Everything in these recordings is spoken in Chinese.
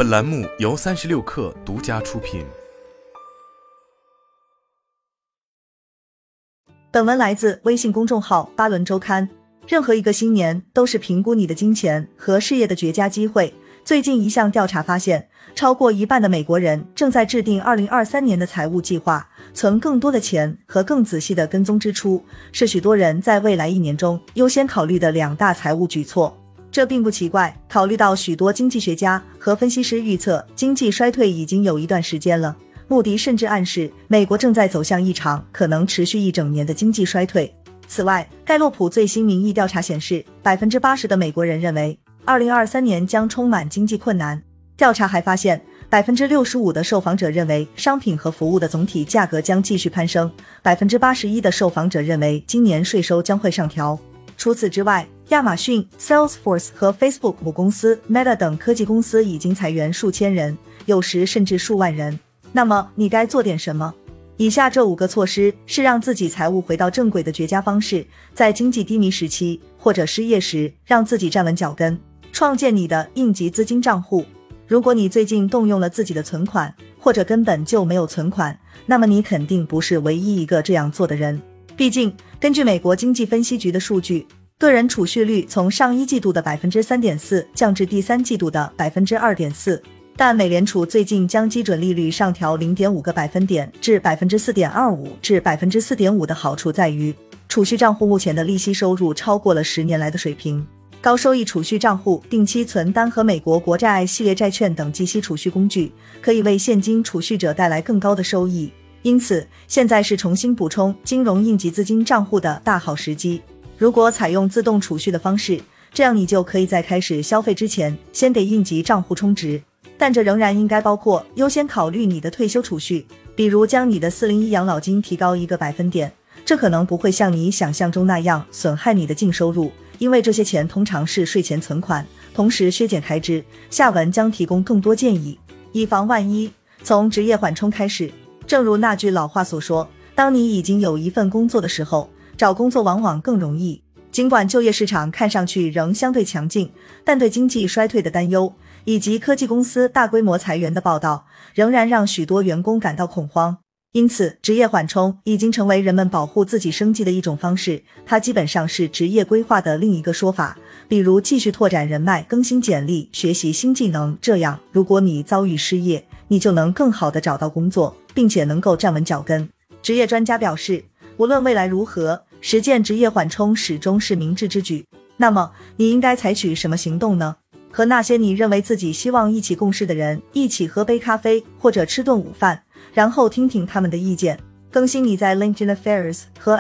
本栏目由36氪独家出品。 本文来自微信公众号巴伦周刊。任何一个新年都是评估你的金钱和事业的绝佳机会。最近一项调查发现，超过一半的美国人正在制定2023年的财务计划，存更多的钱和更仔细的跟踪支出，是许多人在未来一年中优先考虑的2大财务举措。这并不奇怪，考虑到许多经济学家和分析师预测经济衰退已经有一段时间了，穆迪甚至暗示美国正在走向一场可能持续一整年的经济衰退。此外，盖洛普最新民意调查显示， 80% 的美国人认为2023年将充满经济困难。调查还发现， 65% 的受访者认为商品和服务的总体价格将继续攀升， 81% 的受访者认为今年税收将会上调。除此之外，亚马逊、Salesforce 和 Facebook 母公司 Meta 等科技公司已经裁员数千人，有时甚至数万人。那么你该做点什么？以下这5个措施是让自己财务回到正轨的绝佳方式，在经济低迷时期或者失业时让自己站稳脚跟。创建你的应急资金账户。如果你最近动用了自己的存款，或者根本就没有存款，那么你肯定不是唯一一个这样做的人。毕竟，根据美国经济分析局的数据，个人储蓄率从上一季度的 3.4% 降至第3季度的 2.4%。但美联储最近将基准利率上调 0.5 个百分点至 4.25% 至 4.5% 的好处在于，储蓄账户目前的利息收入超过了10年来的水平。高收益储蓄账户、定期存单和美国国债系列债券等计息储蓄工具可以为现金储蓄者带来更高的收益，因此现在是重新补充金融应急资金账户的大好时机。如果采用自动储蓄的方式，这样你就可以在开始消费之前先给应急账户充值。但这仍然应该包括优先考虑你的退休储蓄，比如将你的401养老金提高1个百分点，这可能不会像你想象中那样损害你的净收入，因为这些钱通常是税前存款，同时削减开支。下文将提供更多建议，以防万一。从职业缓冲开始。正如那句老话所说，当你已经有一份工作的时候，找工作往往更容易。尽管就业市场看上去仍相对强劲，但对经济衰退的担忧以及科技公司大规模裁员的报道仍然让许多员工感到恐慌。因此，职业缓冲已经成为人们保护自己生计的一种方式，它基本上是职业规划的另一个说法，比如继续拓展人脉、更新简历、学习新技能，这样如果你遭遇失业，你就能更好地找到工作，并且能够站稳脚跟。职业专家表示，无论未来如何，实践职业缓冲始终是明智之举。那么你应该采取什么行动呢？和那些你认为自己希望一起共事的人一起喝杯咖啡，或者吃顿午饭，然后听听他们的意见。更新你在 LinkedIn Affairs 和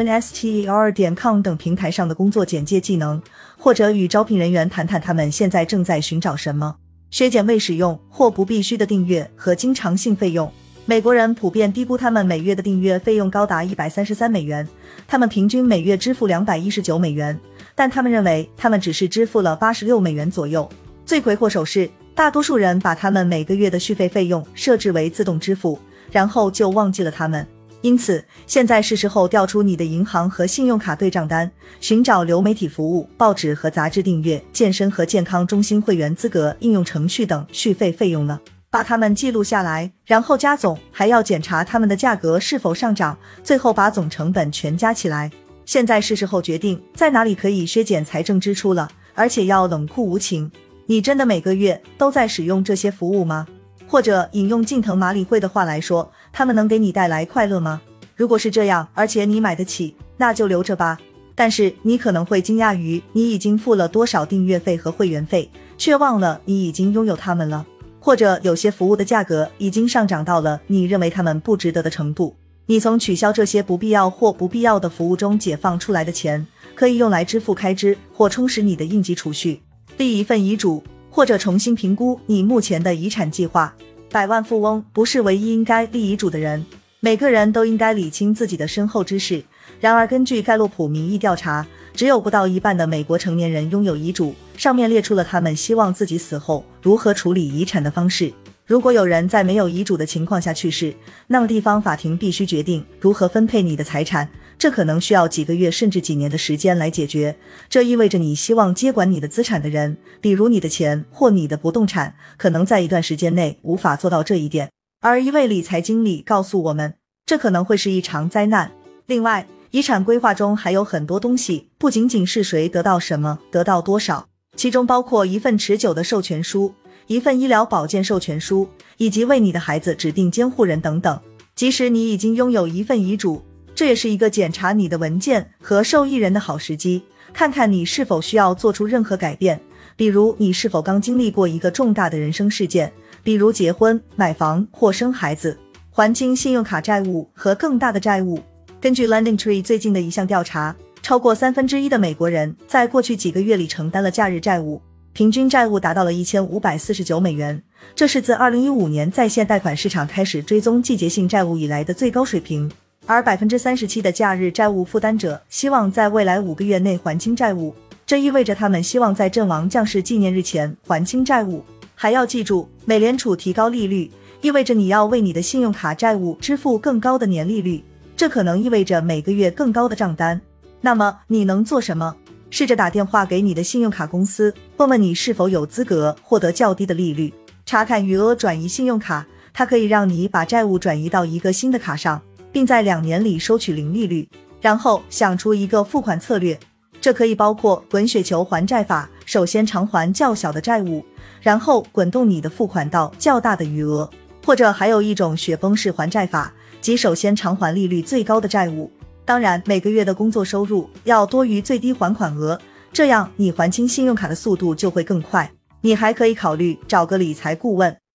monster.com 等平台上的工作简介技能，或者与招聘人员谈谈他们现在正在寻找什么。削减未使用或不必须的订阅和经常性费用。美国人普遍低估他们每月的订阅费用高达$133，他们平均每月支付$219，但他们认为他们只是支付了$86左右。罪魁祸首是，大多数人把他们每个月的续费费用设置为自动支付，然后就忘记了他们。因此，现在是时候调出你的银行和信用卡对账单，寻找流媒体服务、报纸和杂志订阅、健身和健康中心会员资格、应用程序等续费费用了。把它们记录下来，然后加总，还要检查它们的价格是否上涨，最后把总成本全加起来。现在是时候决定在哪里可以削减财政支出了，而且要冷酷无情。你真的每个月都在使用这些服务吗？或者引用近藤麻里惠的话来说，他们能给你带来快乐吗？如果是这样，而且你买得起，那就留着吧。但是你可能会惊讶于你已经付了多少订阅费和会员费，却忘了你已经拥有它们了。或者有些服务的价格已经上涨到了你认为它们不值得的程度。你从取消这些不必要或不必要的服务中解放出来的钱，可以用来支付开支或充实你的应急储蓄，立一份遗嘱，或者重新评估你目前的遗产计划。百万富翁不是唯一应该立遗嘱的人，每个人都应该理清自己的身后之事。然而根据盖洛普民意调查，只有不到一半的美国成年人拥有遗嘱，上面列出了他们希望自己死后如何处理遗产的方式。 如果有人在没有遗嘱的情况下去世，那么地方法庭必须决定如何分配你的财产，这可能需要几个月甚至几年的时间来解决。这意味着你希望接管你的资产的人，比如你的钱或你的不动产，可能在一段时间内无法做到这一点。而一位理财经理告诉我们，这可能会是一场灾难。另外，遗产规划中还有很多东西，不仅仅是谁得到什么，得到多少，其中包括一份持久的授权书，一份医疗保健授权书，以及为你的孩子指定监护人等等。即使你已经拥有一份遗嘱，这也是一个检查你的文件和受益人的好时机，看看你是否需要做出任何改变，比如你是否刚经历过一个重大的人生事件，比如结婚、买房或生孩子，还清信用卡债务和更大的债务。根据 LendingTree 最近的一项调查，超过1/3的美国人在过去几个月里承担了假日债务，平均债务达到了1549美元，这是自2015年在线贷款市场开始追踪季节性债务以来的最高水平。而 37% 的假日债务负担者希望在未来5个月内还清债务，这意味着他们希望在阵亡将士纪念日前还清债务。还要记住，美联储提高利率，意味着你要为你的信用卡债务支付更高的年利率，这可能意味着每个月更高的账单。那么你能做什么？试着打电话给你的信用卡公司，问问你是否有资格获得较低的利率。查看余额转移信用卡，它可以让你把债务转移到一个新的卡上，并在2年里收取零利率。然后想出一个付款策略，这可以包括滚雪球还债法，首先偿还较小的债务，然后滚动你的付款到较大的余额。或者还有一种雪崩式还债法，即首先偿还利率最高的债务。当然，每个月的工作收入要多于最低还款额，这样你还清信用卡的速度就会更快。你还可以考虑找个理财顾问，